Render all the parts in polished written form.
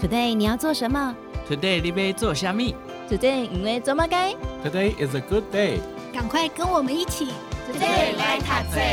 Today 你要做什么？ Today 你要做什么？ Today 因为做乜该？ Today is a good day。 赶快跟我们一起 Today 来读册。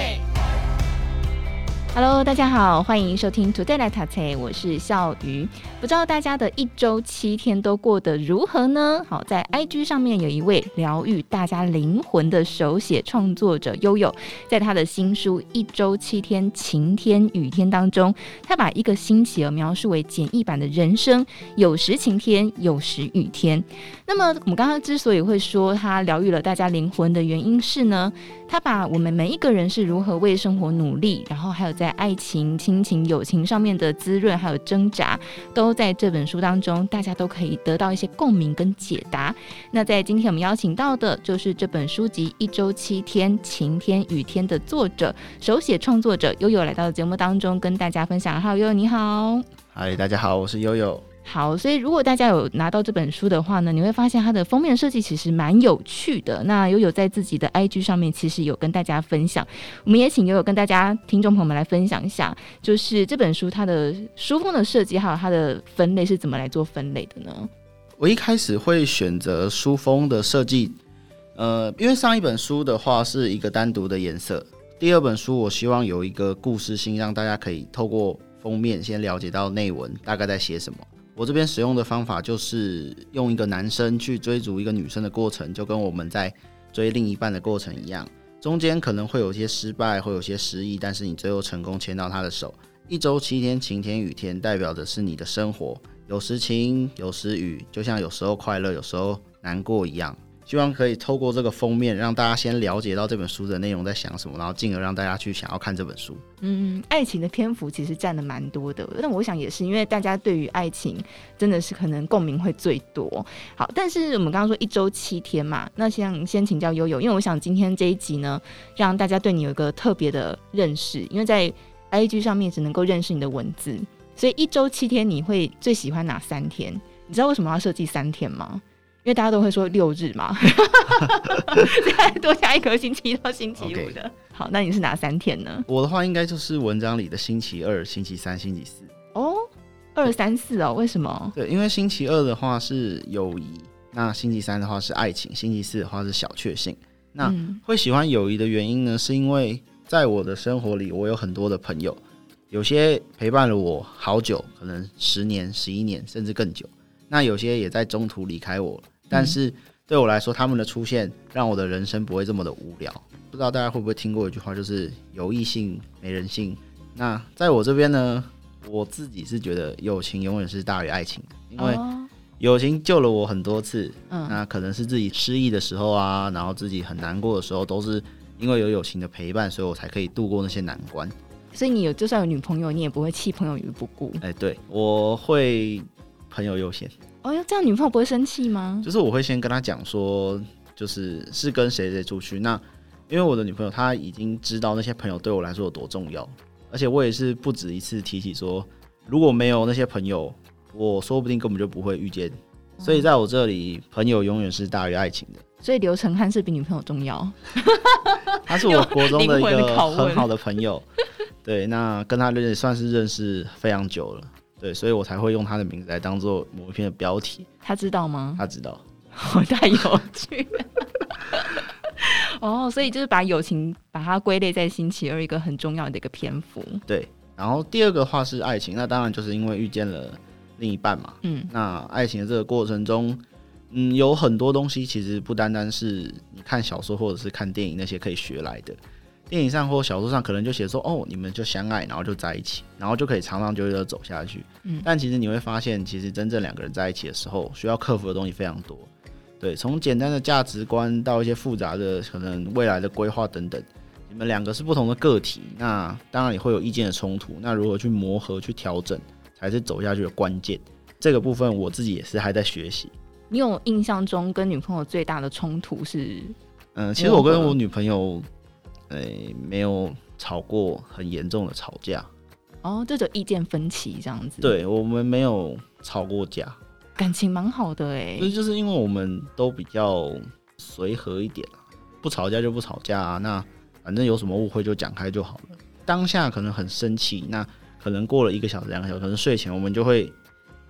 Hello， 大家好，欢迎收听 Today 来读册，我是笑瑜。不知道大家的一周7天都过得如何呢？好，在 IG 上面有一位疗愈大家灵魂的手写创作者悠悠，在他的新书《一周7天晴天雨天》当中，他把一个星期描述为简易版的人生，有时晴天，有时雨天。那么我们刚刚之所以会说他疗愈了大家灵魂的原因是呢，他把我们每一个人是如何为生活努力，然后还有在爱情、亲情、友情上面的滋润还有挣扎，都在这本书当中大家都可以得到一些共鸣跟解答。那在今天我们邀请到的就是这本书籍《一周7天晴天雨天》的作者、手写创作者悠悠来到节目当中跟大家分享。Hello， 悠悠你好。 嗨，大家好，我是悠悠。 好，所以如果大家有拿到这本书的话呢，你会发现它的封面设计其实蛮有趣的。那悠悠在自己的 IG 上面其实有跟大家分享，我们也请悠悠跟大家听众朋友们来分享一下，就是这本书它的书封的设计还有它的分类是怎么来做分类的呢？ 我一开始会选择书封的设计，因为上一本书的话是一个单独的颜色，第二本书我希望有一个故事性，让大家可以透过封面先了解到内文大概在写什么。我这边使用的方法就是用一个男生去追逐一个女生的过程，就跟我们在追另一半的过程一样，中间可能会有些失败，会有些失意，但是你最后成功牵到他的手。一周7天晴天雨天代表的是你的生活，有时晴有时雨，就像有时候快乐有时候难过一样。希望可以透过这个封面让大家先了解到这本书的内容在想什么，然后进而让大家去想要看这本书。 爱情的篇幅其实占了蛮多的，但我想也是因为大家对于爱情真的是可能共鸣会最多。好，但是我们刚刚说一周7天嘛，那先请教悠悠，因为我想今天这一集呢，让大家对你有一个特别的认识，因为在 IG 上面只能够认识你的文字，所以一周7天你会最喜欢哪3天？你知道为什么要设计3天吗？因为大家都会说6日嘛，再多加一颗星期一到星期5的。Okay. 好，那你是哪3天呢？ 我的话应该就是文章里的星期2、星期3、星期4。 哦，2、3、4哦，为什么？ 对，因为星期2的话是友谊，那星期3的话是爱情，星期4的话是小确幸。那会喜欢友谊的原因呢，是因为在我的生活里，我有很多的朋友，有些陪伴了我好久，可能10年、11年，甚至更久。那有些也在中途离开我了。但是对我来说，他们的出现让我的人生不会这么的无聊。不知道大家会不会听过一句话，就是有异性没人性。那在我这边呢，我自己是觉得友情永远是大于爱情的，因为友情救了我很多次。那可能是自己失意的时候啊，然后自己很难过的时候，都是因为有友情的陪伴，所以我才可以度过那些难关。 所以你就算有女朋友，你也不会弃朋友于不顾。 对，我会朋友优先。 这样女朋友不会生气吗？ 就是我会先跟她讲说，是跟谁出去。那因为我的女朋友她已经知道那些朋友对我来说有多重要，而且我也是不止一次提起说，如果没有那些朋友，我说不定根本就不会遇见。所以在我这里，朋友永远是大于爱情的。 所以刘承翰是比女朋友重要。 他是我国中的一个很好的朋友。对，那跟他算是认识非常久了。对，所以我才会用他的名字来当做某一篇的标题。 他知道吗？ 他知道。 太有趣了。所以就是把友情把它归类在星期2一个很重要的一个篇幅。 对，然后第二个话是爱情，那当然就是因为遇见了另一半嘛。那爱情的这个过程中，有很多东西其实不单单是你看小说或者是看电影那些可以学来的。电影上或小说上可能就写说，你们就相爱，然后就在一起，然后就可以长长久久的走下去。但其实你会发现，其实真正2个人在一起的时候，需要克服的东西非常多。对，从简单的价值观到一些复杂的可能未来的规划等等，你们2个是不同的个体，那当然也会有意见的冲突。那如何去磨合、去调整，才是走下去的关键。这个部分我自己也是还在学习。 你有印象中跟女朋友最大的冲突是？ 其实我跟我女朋友。没有吵过很严重的吵架。 这种意见分歧这样子。 对，我们没有吵过架， 感情蛮好的欸。 就是因为我们都比较随和一点，不吵架就不吵架啊，那反正有什么误会就讲开就好了。当下可能很生气，那可能过了1个小时2个小时，可能睡前我们就会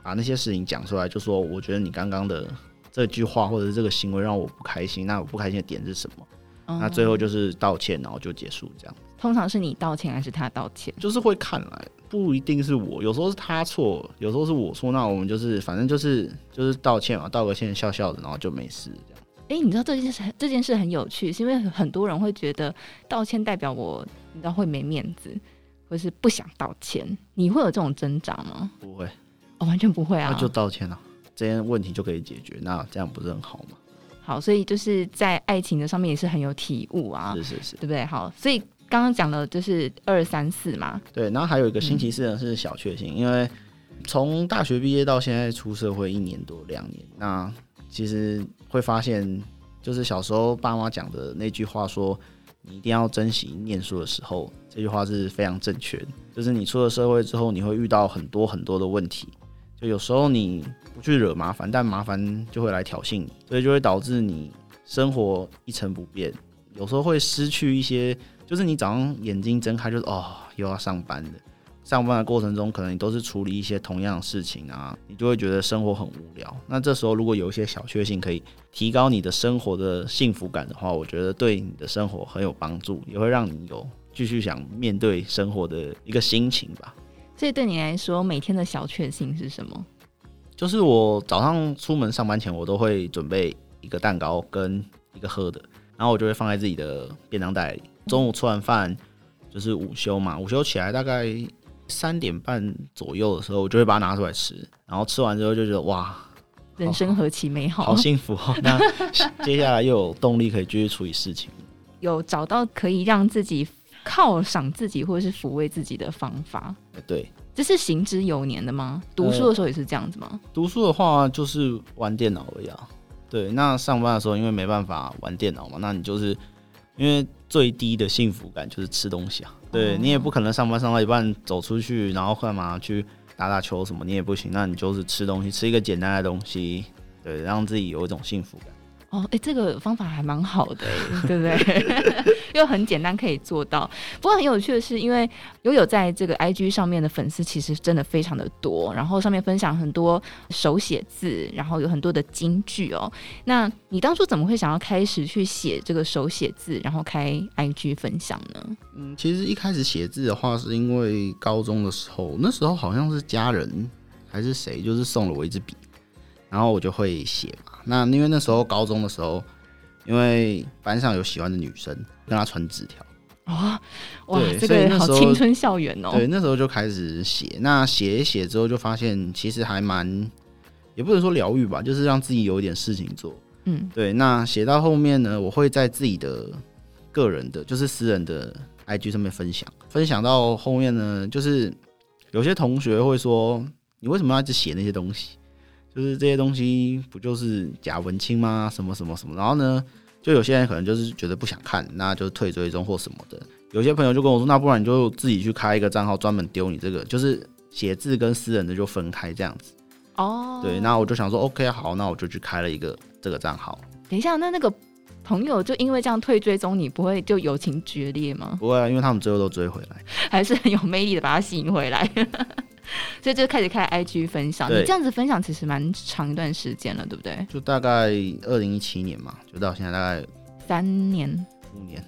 把那些事情讲出来，就说我觉得你刚刚的这句话或者是这个行为让我不开心，那我不开心的点是什么？那最后就是道歉，然后就结束这样。 通常是你道歉还是他道歉？ 就是会看来，不一定是我，有时候是他错，有时候是我错，那我们就是反正就是道歉嘛，道个歉，笑笑的，然后就没事这样。 你知道这件事很有趣，是因为很多人会觉得道歉代表我，你知道会没面子，或是不想道歉。你会有这种挣扎吗？ 不会， 完全不会啊。 那就道歉啊，这件问题就可以解决，那这样不是很好吗？ 好，所以就是在爱情的上面也是很有体悟啊， 是， 对不对？好，所以刚刚讲的就是2、3、4嘛。 对，然后还有一个星期4呢是小确幸，因为从大学毕业到现在出社会1年多2年，那其实会发现，就是小时候爸妈讲的那句话说，你一定要珍惜念书的时候，这句话是非常正确的。就是你出了社会之后，你会遇到很多很多的问题，就有时候你不去惹麻烦，但麻烦就会来挑衅你，所以就会导致你生活一成不变，有时候会失去一些，就是你早上眼睛睁开就是又要上班了。上班的过程中，可能你都是处理一些同样的事情啊，你就会觉得生活很无聊。那这时候如果有一些小确幸可以提高你的生活的幸福感的话，我觉得对你的生活很有帮助，也会让你有继续想面对生活的一个心情吧。 所以对你来说，每天的小确幸是什么？ 就是我早上出门上班前，我都会准备一个蛋糕跟一个喝的，然后我就会放在自己的便当袋里。中午吃完饭就是午休嘛，午休起来大概3点半左右的时候，我就会把它拿出来吃，然后吃完之后就觉得哇， 人生何其美好， 好幸福哦！那接下来又有动力可以继续处理事情， 有找到可以让自己犒赏自己或者是抚慰自己的方法。 对， 这是行之有年的吗？读书的时候也是这样子吗？ 读书的话就是玩电脑而已啊。对，那上班的时候因为没办法玩电脑嘛，那你就是因为最低的幸福感就是吃东西啊。对，你也不可能上班上到一半走出去，然后干嘛去打打球什么，你也不行。那你就是吃东西，吃一个简单的东西，对，让自己有一种幸福感。 这个方法还蛮好的对不对？又很简单可以做到。不过很有趣的是，因为有在这个 IG 上面的粉丝其实真的非常的多，然后上面分享很多手写字，然后有很多的金句哦。那你当初怎么会想要开始去写这个手写字，然后开 IG 分享呢？ 其实一开始写字的话，是因为高中的时候，那时候好像是家人还是谁，就是送了我一支笔，然后我就会写嘛。那因为那时候高中的时候，因为班上有喜欢的女生，跟她传纸条。 哇，这个好青春校园哦。 对，那时候就开始写。那写一写之后，就发现其实还蛮，也不能说疗愈吧，就是让自己有一点事情做。对。那写到后面呢，我会在自己的个人的，就是私人的 IG 上面分享到后面呢，就是有些同学会说，你为什么要一直写那些东西？就是这些东西不就是假文青吗？什么什么什么，然后呢，就有些人可能就是觉得不想看，那就退追踪或什么的。有些朋友就跟我说，那不然你就自己去开一个账号，专门丢你这个，就是写字跟私人的就分开这样子。对，那我就想说 ，OK， 好，那我就去开了一个这个账号。 等一下，那个朋友就因为这样退追踪你，不会就友情决裂吗？ 不会啊，因为他们最后都追回来， 还是很有魅力的，把他吸引回来。所以就开始开 IG 分享，你这样子分享其实蛮长一段时间了，对不对？ 就大概2017年嘛，就到现在大概 3年、 5年。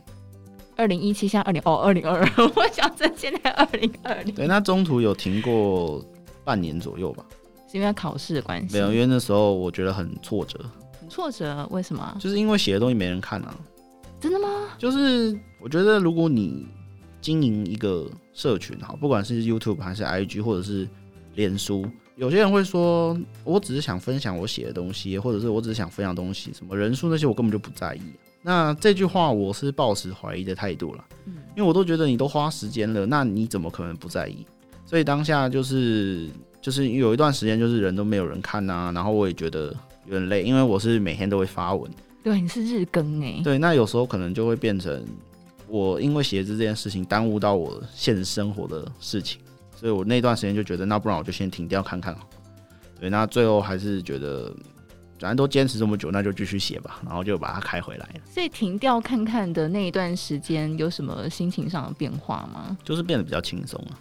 2017现在2022，我想着现在2020。 对，那中途有停过半年左右吧， 是因为考试的关系？ 没有，因为那时候我觉得很挫折。 很挫折？为什么？ 就是因为写的东西没人看啊。 真的吗？ 就是我觉得如果你经营一个社群，好，不管是 YouTube 还是 IG 或者是脸书，有些人会说，我只是想分享我写的东西，或者是我只是想分享东西，什么人数那些我根本就不在意。那这句话我是抱持怀疑的态度啦，因为我都觉得你都花时间了，那你怎么可能不在意？所以当下就是有一段时间就是人都没有人看啊，然后我也觉得有点累，因为我是每天都会发文。 对，你是日更欸。 对，那有时候可能就会变成我因为写字这件事情耽误到我现实生活的事情，所以我那段时间就觉得，那不然我就先停掉看看。对，那最后还是觉得，反正都坚持这么久，那就继续写吧，然后就把它开回来了。 所以停掉看看的那一段时间，有什么心情上的变化吗？ 就是变得比较轻松啊。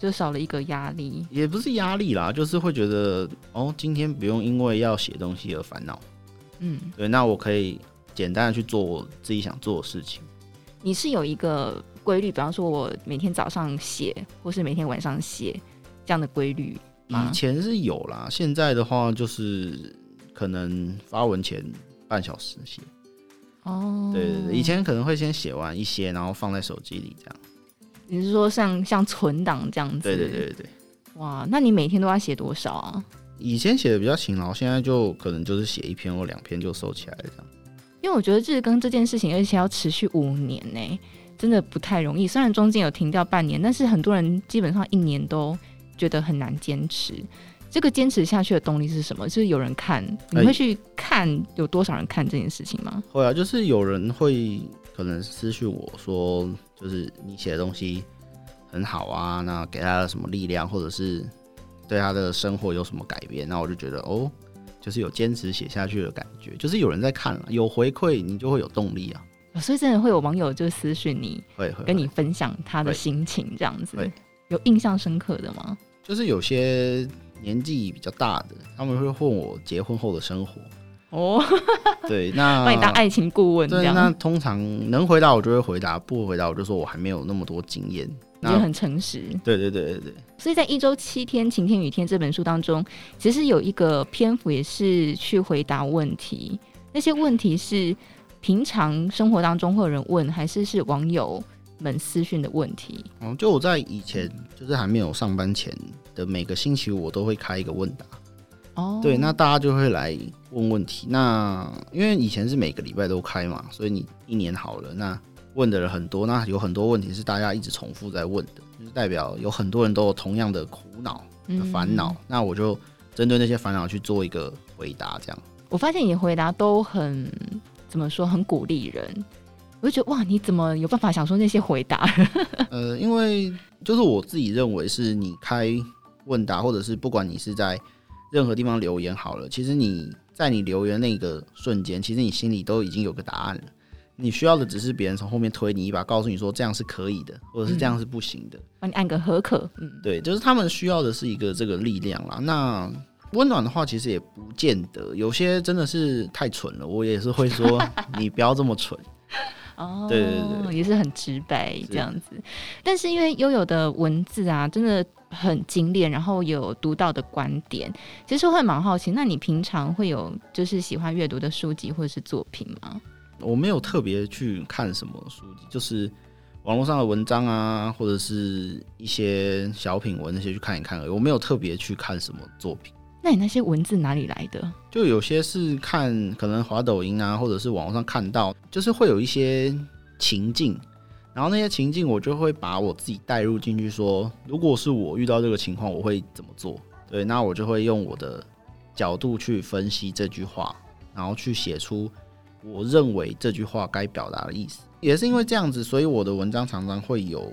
就少了一个压力。 也不是压力啦，就是会觉得今天不用因为要写东西而烦恼。对，那我可以简单的去做我自己想做的事情。 你是有一个规律，比方说我每天早上写，或是每天晚上写这样的规律吗？ 以前是有啦，现在的话就是可能发文前半小时写。对，以前可能会先写完一些，然后放在手机里这样。 你是说像存档这样子？ 对。 哇，那你每天都要写多少啊？ 以前写的比较勤劳，现在就可能就是写1篇或2篇就收起来了这样。 因为我觉得日更这件事情，而且要持续5年呢，真的不太容易。虽然中间有停掉半年，但是很多人基本上1年都觉得很难坚持。这个坚持下去的动力是什么？就是有人看，你会去看有多少人看这件事情吗？ 会啊，就是有人会可能私讯我说，就是你写的东西很好啊，那给他的什么力量，或者是对他的生活有什么改变，那我就觉得就是有坚持写下去的感觉，就是有人在看了，有回馈，你就会有动力啊。 所以真的会有网友就私讯你， 会跟你分享他的心情这样子，有印象深刻的吗？ 就是有些年纪比较大的，他们会问我结婚后的生活。对，那把你当爱情顾问这样。 对，那通常能回答我就会回答，不回答我就说我还没有那么多经验。 你就很诚实。对。所以在1周7天晴天雨天这本书当中，其实有一个篇幅也是去回答问题。那些问题是平常生活当中会有人问，还是网友们私讯的问题？ 就我在以前就是还没有上班前的每个星期五，我都会开一个问答。对，那大家就会来问问题。那因为以前是每个礼拜都开嘛，所以你1年好了，那问的人很多，那有很多问题是大家一直重复在问的，就是代表有很多人都有同样的苦恼的烦恼。那我就针对那些烦恼去做一个回答，这样。 我发现你的回答都很怎么说，很鼓励人。我就觉得哇，你怎么有办法想出那些回答？ 因为就是我自己认为是你开问答，或者是不管你是在任何地方留言好了，其实你在你留言那个瞬间，其实你心里都已经有个答案了。你需要的只是别人从后面推你一把，告诉你说这样是可以的，或者是这样是不行的， 帮你按个合可。 对，就是他们需要的是一个这个力量啦。那温暖的话，其实也不见得，有些真的是太蠢了，我也是会说你不要这么蠢。对， 也是很直白这样子。但是因为悠悠的文字啊，真的很精炼，然后有独到的观点，其实会蛮好奇，那你平常会有就是喜欢阅读的书籍或者是作品吗？ 我没有特别去看什么书籍，就是网络上的文章啊，或者是一些小品文那些去看一看而已，我没有特别去看什么作品。 那你那些文字哪里来的？ 就有些是看可能滑抖音啊，或者是网络上看到，就是会有一些情境，然后那些情境我就会把我自己带入进去说，如果是我遇到这个情况我会怎么做。对，那我就会用我的角度去分析这句话，然后去写出我认为这句话该表达的意思。也是因为这样子，所以我的文章常常会有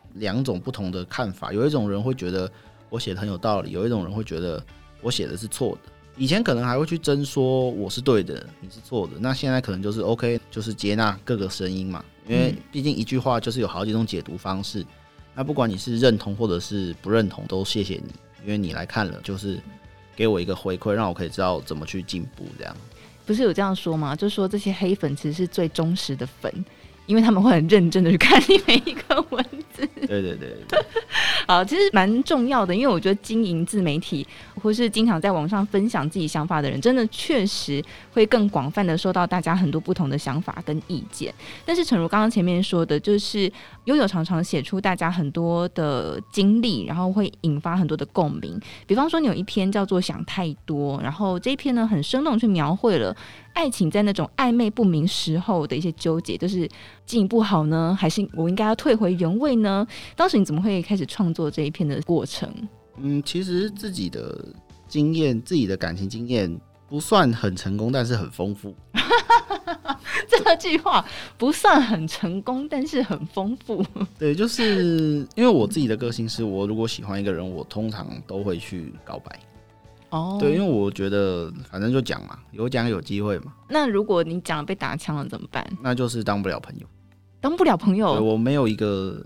2种不同的看法。有一种人会觉得我写的很有道理，有一种人会觉得我写的是错的。以前可能还会去争说我是对的，你是错的，那现在可能就是 OK， 就是接纳各个声音嘛。因为毕竟一句话就是有好几种解读方式，那不管你是认同或者是不认同，都谢谢你，因为你来看了，就是给我一个回馈，让我可以知道怎么去进步。这样不是有这样说吗？就说这些黑粉其实是最忠实的粉，因为他们会很认真的去看你每一个文字。 对。 好，其实蛮重要的，因为我觉得经营自媒体或是经常在网上分享自己想法的人，真的确实会更广泛的收到大家很多不同的想法跟意见。但是诚如刚刚前面说的，就是悠悠常常写出大家很多的经历，然后会引发很多的共鸣。比方说你有一篇叫做想太多，然后这一篇呢很生动去描绘了爱情在那种暧昧不明时候的一些纠结，就是进一步好呢，还是我应该要退回原位呢？当时你怎么会开始创作这一篇的过程？ 其实自己的经验，自己的感情经验不算很成功，但是很丰富。 这句话不算很成功，但是很丰富。 对，就是因为我自己的个性是，我如果喜欢一个人，我通常都会去告白。对，因为我觉得反正就讲嘛，有讲有机会嘛。 那如果你讲被打枪了怎么办？ 那就是当不了朋友。 当不了朋友？ 对，我没有一个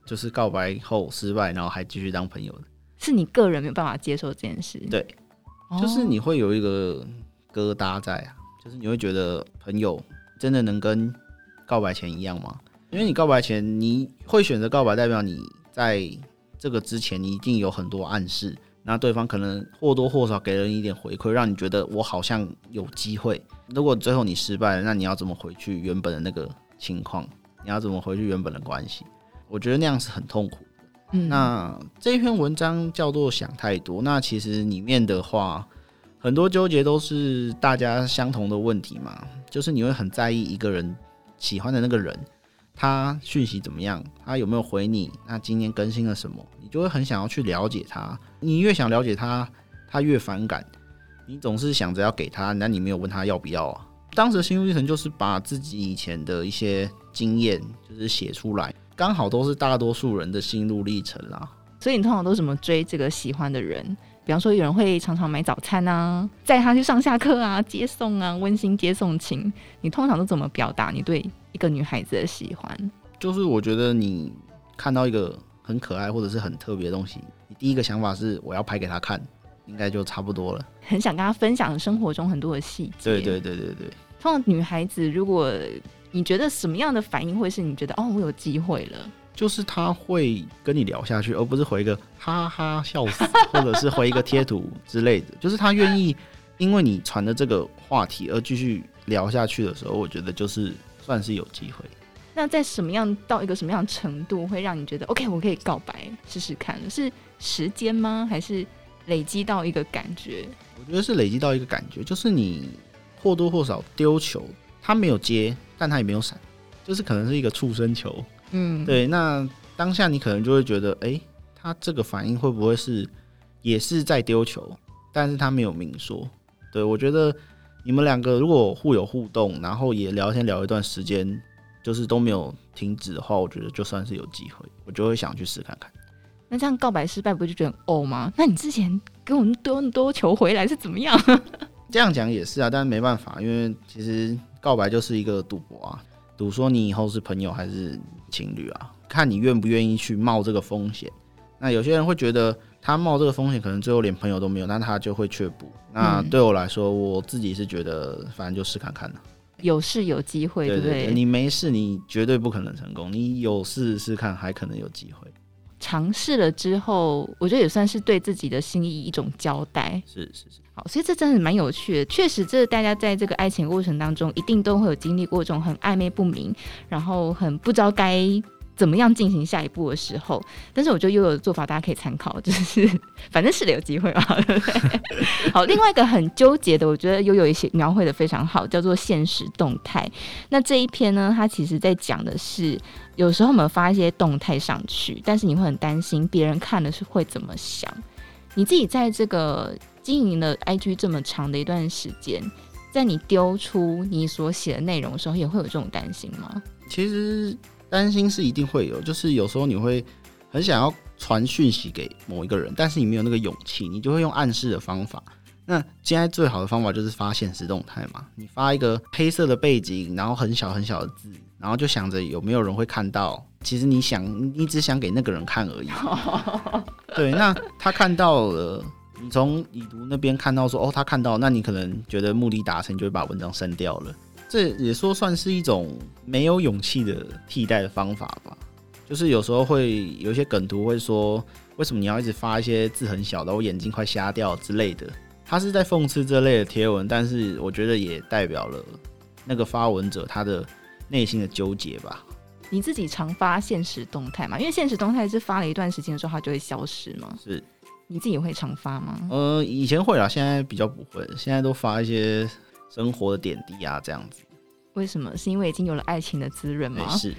就是告白后失败，然后还继续当朋友的。 是你个人没有办法接受这件事？ 对，就是你会有一个疙瘩在啊，就是你会觉得朋友真的能跟告白前一样吗？因为你告白前你会选择告白，代表你在这个之前你一定有很多暗示，那对方可能或多或少给了你一点回馈，让你觉得我好像有机会。如果最后你失败了，那你要怎么回去原本的那个情况？你要怎么回去原本的关系？我觉得那样是很痛苦的。那这篇文章叫做想太多，那其实里面的话很多纠结都是大家相同的问题嘛，就是你会很在意一个人喜欢的那个人，他讯息怎么样，他有没有回你，那今天更新了什么，你就会很想要去了解他。你越想了解他，他越反感，你总是想着要给他，那你没有问他要不要啊。当时的心路历程就是把自己以前的一些经验就是写出来，刚好都是大多数人的心路历程啦。 所以你通常都怎么追这个喜欢的人？比方说有人会常常买早餐啊，载他去上下课啊，接送啊，温馨接送情，你通常都怎么表达你对一个女孩子的喜欢？ 就是我觉得你看到一个很可爱或者是很特别的东西，你第一个想法是我要拍给他看，应该就差不多了。 很想跟他分享生活中很多的细节。 对。 通常女孩子，如果你觉得什么样的反应会是你觉得我有机会了？ 就是他会跟你聊下去，而不是回一个哈哈笑死，或者是回一个贴图之类的。就是他愿意因为你传的这个话题而继续聊下去的时候，我觉得就是算是有机会。 那在什么样到一个什么样的程度会让你觉得 OK 我可以告白试试看？是时间吗？还是累积到一个感觉？ 我觉得是累积到一个感觉，就是你或多或少丢球，他没有接，但他也没有闪，就是可能是一个触身球。对，那当下你可能就会觉得他这个反应会不会是也是在丢球，但是他没有明说。对，我觉得你们两个如果互有互动，然后也聊天聊一段时间，就是都没有停止的话，我觉得就算是有机会，我就会想去试看看。 那这样告白失败不就觉得很吗？那你之前跟我们丢那么多球回来是怎么样？ 这样讲也是啊，但是没办法，因为其实告白就是一个赌博啊，赌说你以后是朋友还是情侣啊，看你愿不愿意去冒这个风险。那有些人会觉得他冒这个风险可能最后连朋友都没有，那他就会却步。那对我来说，我自己是觉得反正就试看看了， 有事有机会，对不对？ 你没事你绝对不可能成功，你有事试看还可能有机会。 尝试了之后，我觉得也算是对自己的心意一种交代。 是。 好，所以这真的蛮有趣的。确实，这大家在这个爱情过程当中，一定都会有经历过这种很暧昧不明，然后很不知道该怎么样进行下一步的时候。但是我觉得悠悠的做法大家可以参考，就是反正试了有机会嘛，对不对？好，另外一个很纠结的，我觉得悠悠也描绘的非常好，叫做现实动态。那这一篇呢，它其实在讲的是，有时候我们发一些动态上去，但是你会很担心别人看了是会怎么想。你自己在这个经营了 IG 这么长的一段时间，在你丢出你所写的内容的时候，也会有这种担心吗？ 其实担心是一定会有，就是有时候你会很想要传讯息给某一个人，但是你没有那个勇气，你就会用暗示的方法。那现在最好的方法就是发现实动态嘛，你发一个黑色的背景，然后很小很小的字，然后就想着有没有人会看到。其实你只想给那个人看而已。对，那他看到了，你从已读那边看到说他看到，那你可能觉得目的达成，你就会把文章删掉了。这也说算是一种没有勇气的替代的方法吧。就是有时候会有一些梗图会说，为什么你要一直发一些字很小的，我眼睛快瞎掉之类的。他是在讽刺这类的贴文，但是我觉得也代表了那个发文者他的内心的纠结吧。 你自己常发现实动态吗？因为现实动态是发了一段时间之后它就会消失吗？ 是。 你自己会常发吗？ 以前会啦，现在比较不会，现在都发一些生活的点滴啊这样子。 为什么？是因为已经有了爱情的滋润吗？ 是。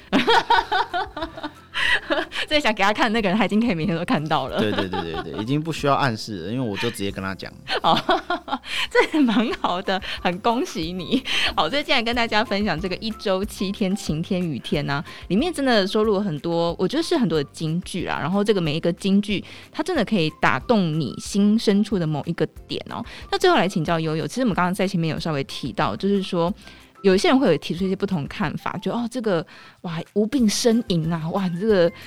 所以想给他看的那个人，他已经可以每天都看到了。 对，已经不需要暗示了，因为我就直接跟他讲。 好，这也蛮好的，很恭喜你。好，所以今天跟大家分享这个1周7天晴天雨天啊，里面真的收录了很多，我觉得是很多的金句啦。然后这个每一个金句，它真的可以打动你心深处的某一个点哦。那最后来请教悠悠，其实我们刚刚在前面有稍微提到，就是说，有一些人会有提出一些不同看法，就这个哇无病呻吟啊，哇你这个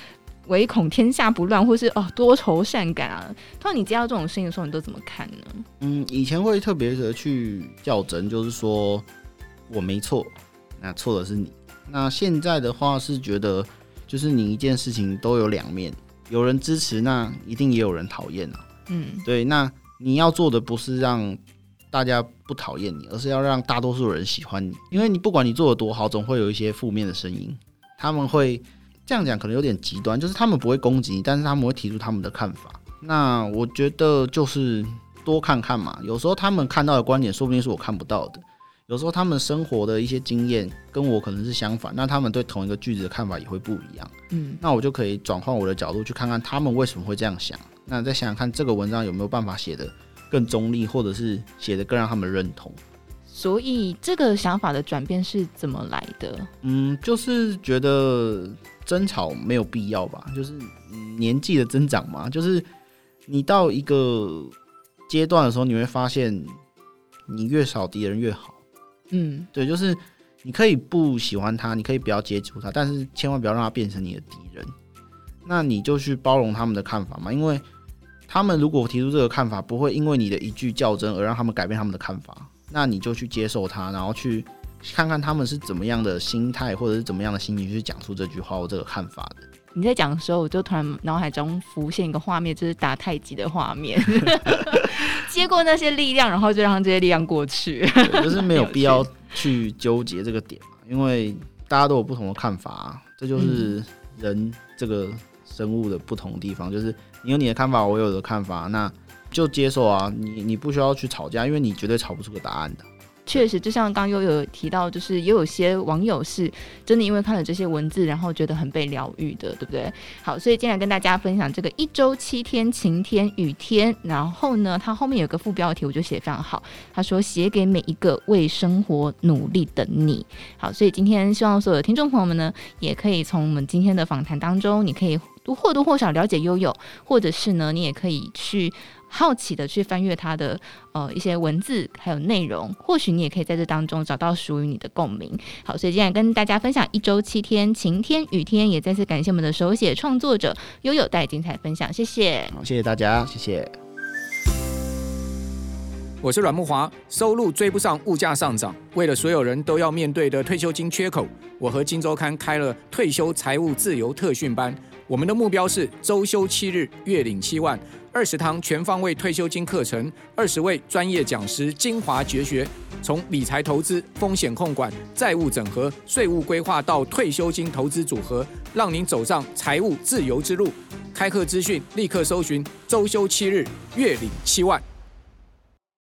唯恐天下不乱，或是多愁善感啊。通常你接到这种声音的时候，你都怎么看呢？ 以前会特别的去较真，就是说我没错，那错的是你。那现在的话是觉得，就是你一件事情都有两面，有人支持，那一定也有人讨厌啊。对，那你要做的不是让大家不讨厌你，而是要让大多数人喜欢你。因为你不管你做的多好，总会有一些负面的声音，他们会这样讲，可能有点极端，就是他们不会攻击你，但是他们会提出他们的看法。那我觉得就是多看看嘛，有时候他们看到的观点，说不定是我看不到的。有时候他们生活的一些经验跟我可能是相反，那他们对同一个句子的看法也会不一样。那我就可以转换我的角度去看看他们为什么会这样想，那再想想看这个文章有没有办法写得更中立，或者是写得更让他们认同。 所以这个想法的转变是怎么来的？ 就是觉得争吵没有必要吧，就是年纪的增长嘛，就是你到一个阶段的时候，你会发现你越少敌人越好。对，就是你可以不喜欢他，你可以不要接触他，但是千万不要让他变成你的敌人。那你就去包容他们的看法嘛，因为他们如果提出这个看法，不会因为你的一句较真而让他们改变他们的看法，那你就去接受他，然后去看看他们是怎么样的心态或者是怎么样的心情去讲出这句话或这个看法的。 你在讲的时候，我就突然脑海中浮现一个画面，就是打太极的画面，接过那些力量，然后就让这些力量过去。 就是没有必要去纠结这个点嘛，因为大家都有不同的看法啊，这就是人这个生物的不同的地方，就是你有你的看法，我有我的看法，那就接受啊，你不需要去吵架，因为你绝对吵不出个答案的。 确实，就像刚刚有提到，就是也有些网友是真的因为看了这些文字，然后觉得很被疗愈的，对不对？好，所以今天来跟大家分享这个1周7天晴天雨天，然后呢，它后面有个副标题，我觉得写得非常好，他说写给每一个为生活努力的你。好，所以今天希望所有的听众朋友们呢，也可以从我们今天的访谈当中，你可以或多或少了解悠悠，或者是呢，你也可以去好奇的去翻阅他的一些文字还有内容，或许你也可以在这当中找到属于你的共鸣。好，所以今天跟大家分享1周7天晴天雨天，也再次感谢我们的手写创作者悠悠带来精彩分享，谢谢。 好，谢谢大家，谢谢。 我是阮慕骅，收入追不上物价上涨，为了所有人都要面对的退休金缺口，我和金周刊开了退休财务自由特训班。我们的目标是周休7日，月领7万，20堂全方位退休金课程，20位专业讲师精华绝学，从理财投资、风险控管、债务整合、税务规划到退休金投资组合，让您走上财务自由之路。开课资讯立刻搜寻周休7日，月领7万。